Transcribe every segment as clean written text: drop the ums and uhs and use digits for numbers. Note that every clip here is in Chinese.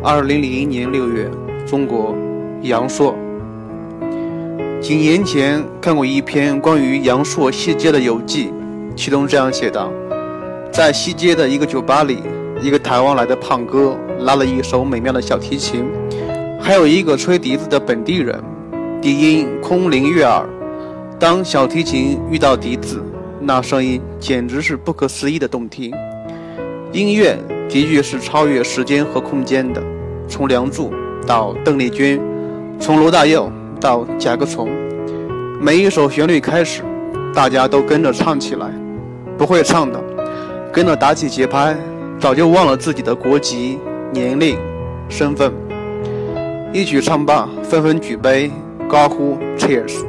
2001年6月，中国阳朔。几年前看过一篇关于阳朔西街的游记，其中这样写道：在西街的一个酒吧里，一个台湾来的胖哥拉了一手美妙的小提琴，还有一个吹笛子的本地人，笛音空灵悦耳。当小提琴遇到笛子，那声音简直是不可思议的动听。音乐的确是超越时间和空间的，从梁祝到邓丽君，从罗大佑到甲壳虫，每一首旋律开始，大家都跟着唱起来，不会唱的跟着打起节拍，早就忘了自己的国籍、年龄、身份。一曲唱罢，纷纷举杯高呼 Cheers。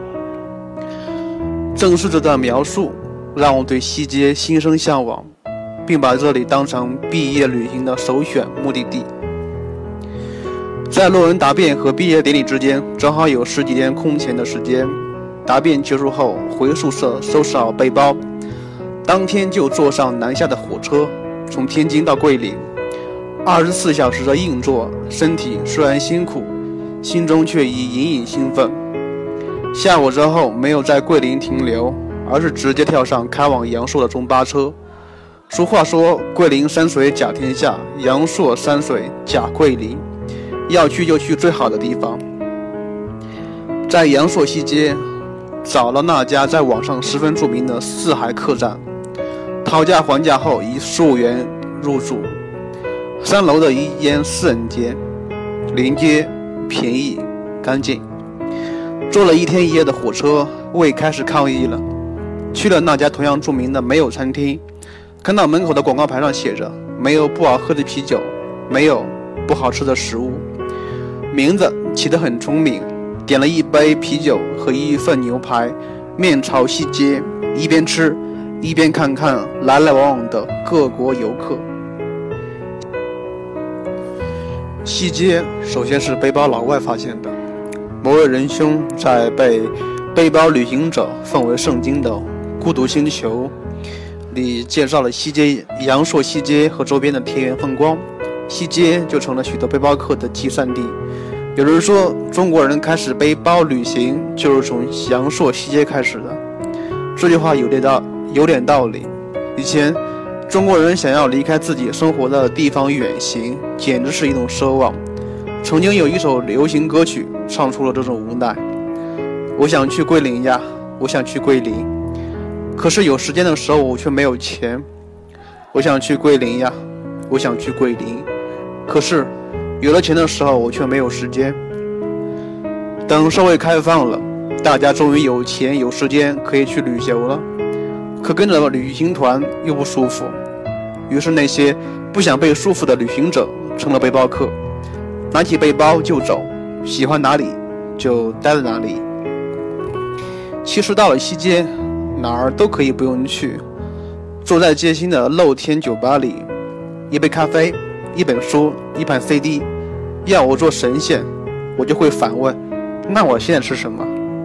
正是这段描述让我对西街心生向往，并把这里当成毕业旅行的首选目的地。在论文答辩和毕业典礼之间，正好有10几天空闲的时间。答辩结束后，回宿舍收拾好背包，当天就坐上南下的火车，从天津到桂林。24小时的硬座，身体虽然辛苦，心中却已隐隐兴奋。下午之后没有在桂林停留，而是直接跳上开往阳朔的中巴车。俗话说，桂林山水甲天下，阳朔山水甲桂林，要去就去最好的地方。在阳朔西街找了那家在网上十分著名的四海客栈，讨价还价后以15元入住，3楼的一间4人间，临街、便宜、干净。坐了1天1夜的火车，未开始抗议了。去了那家同样著名的没有餐厅，看到门口的广告牌上写着没有不好喝的啤酒，没有不好吃的食物。名字起得很聪明，点了一杯啤酒和一份牛排，面朝西街，一边吃一边看看来来往往的各国游客。西街首先是背包老外发现的，某位仁兄在被背包旅行者奉为圣经的《孤独星球》里介绍了西街、阳朔西街和周边的田园风光，西街就成了许多背包客的集散地。有人说，中国人开始背包旅行就是从阳朔西街开始的，这句话有点道理。以前中国人想要离开自己生活的地方远行，简直是一种奢望。曾经有一首流行歌曲唱出了这种无奈：我想去桂林呀，我想去桂林，可是有时间的时候我却没有钱。我想去桂林呀，我想去桂林，可是有了钱的时候我却没有时间。等社会开放了，大家终于有钱有时间可以去旅游了，可跟着旅行团又不舒服，于是那些不想被束缚的旅行者成了背包客，拿起背包就走，喜欢哪里就待在哪里。其实到了西街，哪儿都可以不用去，坐在街心的露天酒吧里，一杯咖啡，一本书，一盘 CD， 要我做神仙，我就会反问：那我现在吃什么？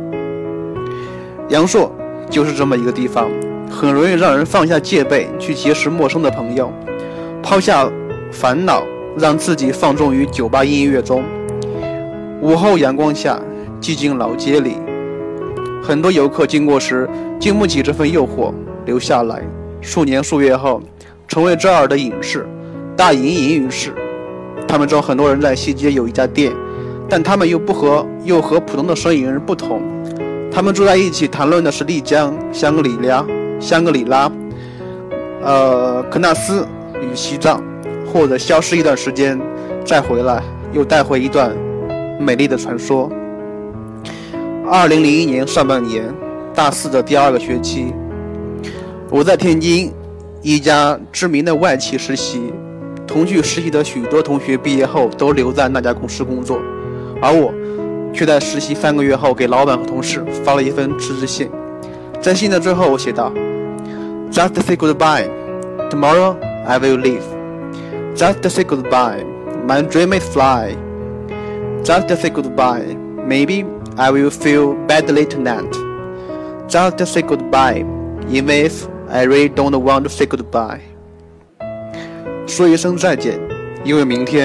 阳朔就是这么一个地方，很容易让人放下戒备，去结识陌生的朋友，抛下烦恼，让自己放纵于酒吧音乐中。午后阳光下，寂静老街里，很多游客经过时经不起这份诱惑，留下来，数年数月后成为这儿的隐士，大隐隐于市。他们中很多人在西街有一家店，但他们又和普通的生意人不同，他们住在一起谈论的是丽江、香格里拉、科纳斯与西藏，或者消失一段时间再回来，又带回一段美丽的传说。2001年上半年，大4的第2个学期，我在天津一家知名的外企实习，同去实习的许多同学毕业后都留在那家公司工作，而我却在实习3个月后给老板和同事发了一份辞职信。在信的最后我写道： Just say goodbye, tomorrow I will leave. Just say goodbye, my dream is fly. Just say goodbye, maybe I will feel badly tonight. Just say goodbye, even if I really don't want to say goodbye. 说一声再见，因为明天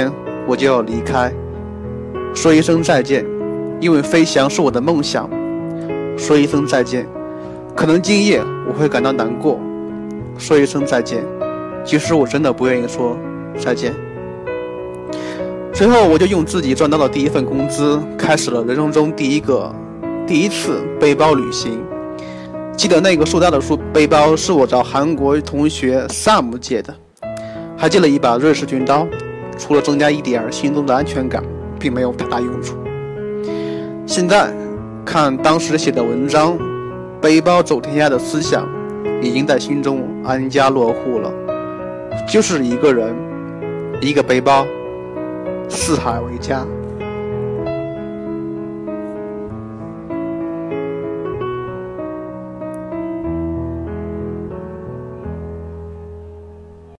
我就要离开，说一声再见，因为飞翔是我的梦想。说一声再见，可能今夜我会感到难过。说一声再见，其实我真的不愿意说再见。随后我就用自己赚到的第一份工资，开始了人生中第一次背包旅行。记得那个硕大的背包是我找韩国同学 Sam 借的，还借了一把瑞士军刀，除了增加一点心中的安全感，并没有太大用处。现在看当时写的文章，背包走天涯的思想已经在心中安家落户了，就是一个人，一个背包，四海为家。